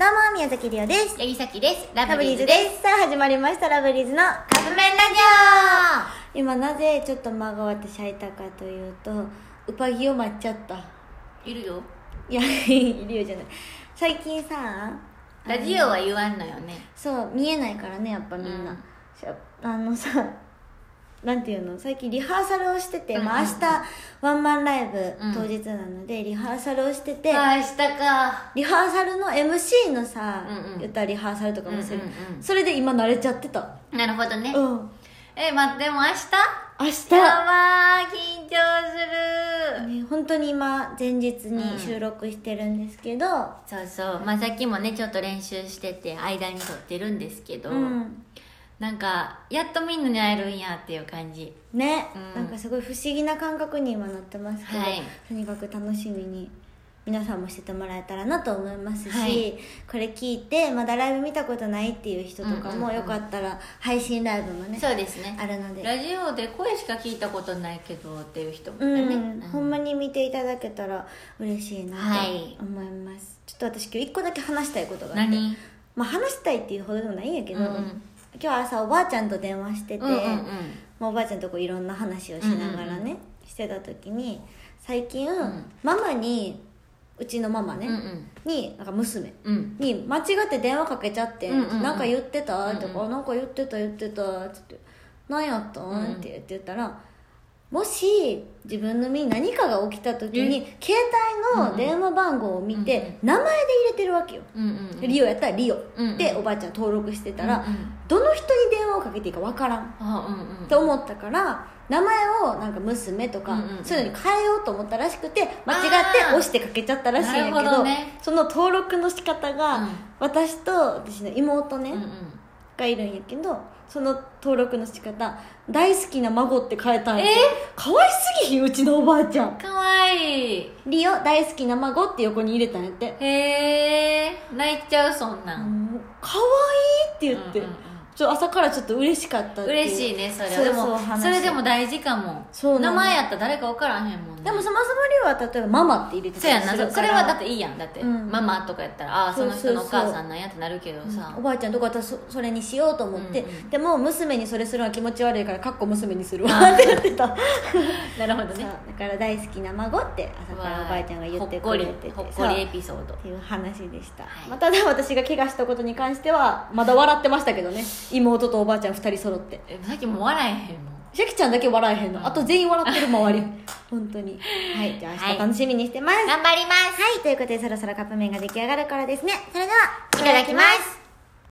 どうも、宮崎りおです。 八木崎です。 ラブリーズです。さあ、始まりました、ラブリーズのカップ麺ラジ今なぜちょっと間が私開いたかというと、ウパギを待っちゃった。 オいるよ。 いや、いるよじゃない。最近さ、 ラジオは言わんのよね。 そう、見えないからね、やっぱみんな。さ、なんていうの、最近リハーサルをしてて、まあ明日ワンマンライブ当日なので、リハーサルをしてて、 明日か。 リハーサルの MC のさ、言ったらリハーサルとかもする、それで今慣れちゃってた。 なるほどね。 うん。 待って、でも明日やばー、緊張する。 ね、本当に今前日に収録してるんですけど、 そうそう。さっきもね、ちょっと練習してて、間に撮ってるんですけど、なんかやっとみんなに会えるんやっていう感じね、なんかすごい不思議な感覚に今なってますけど、とにかく楽しみに皆さんもしててもらえたらなと思いますし、これ聞いてまだライブ見たことないっていう人とかもよかったら配信ライブもね、 そうですね、 あるので、 ラジオで声しか聞いたことないけどっていう人もね、 ほんまに見ていただけたら嬉しいなと思います。ちょっと私今日1個だけ話したいことがあって、まあ話したいっていうほどでもないんやけど、今日朝おばあちゃんと電話してて、もうおばあちゃんとこういろんな話をしながらね、してた時に最近、ママにうちのママね、になんか娘に間違って電話かけちゃって、なんか言ってたとか、なんか言ってたつって何やったんって言ったら、もし自分の身に何かが起きた時に携帯の電話番号を見て名前で入れてるわけよ。リオやったらリオでおばあちゃん登録してたら、どの人に電話をかけていいかわからんと思ったから、名前をなんか娘とかそういうのに変えようと思ったらしくて、間違って押してかけちゃったらしいんやけど、その登録の仕方が私と私の妹ねがいるんやけど、その登録の仕方大好きな孫って変えたんや。かわいすぎひん、うちのおばあちゃん。 かわいい。 リオ大好きな孫って横に入れたんやって。 へえ、泣いちゃう。そんなん、 かわいいって言って、朝からちょっと嬉しかったっていう。嬉しいね、それは。でもそれでも大事かも。名前やったら誰か分からへんもんね。 でもそもそもリオは例えばママって入れてたりするから。 そうやな、それはだっていいやん。だって、ママとかやったら、その人のお母さんなんやってなるけどさ、 おばあちゃんとかだったらそれにしようと思って、でも娘にそれするのは気持ち悪いからかっこ娘にするわって言ってた。なるほどね。だから大好きな孫って朝からおばあちゃんが言ってくれてて、 ほっこりエピソードっていう話でした。ただ私が怪我したことに関してはまだ笑ってましたけどね、妹とおばあちゃん2人揃って。 さっきも笑えへんの。 シャキちゃんだけ笑えへんの、あと全員笑ってる周り。本当に。はい、じゃあ明日楽しみにしてます。 頑張ります。 はい、ということでそろそろカップ麺が出来上がるからですね。それではいただきます。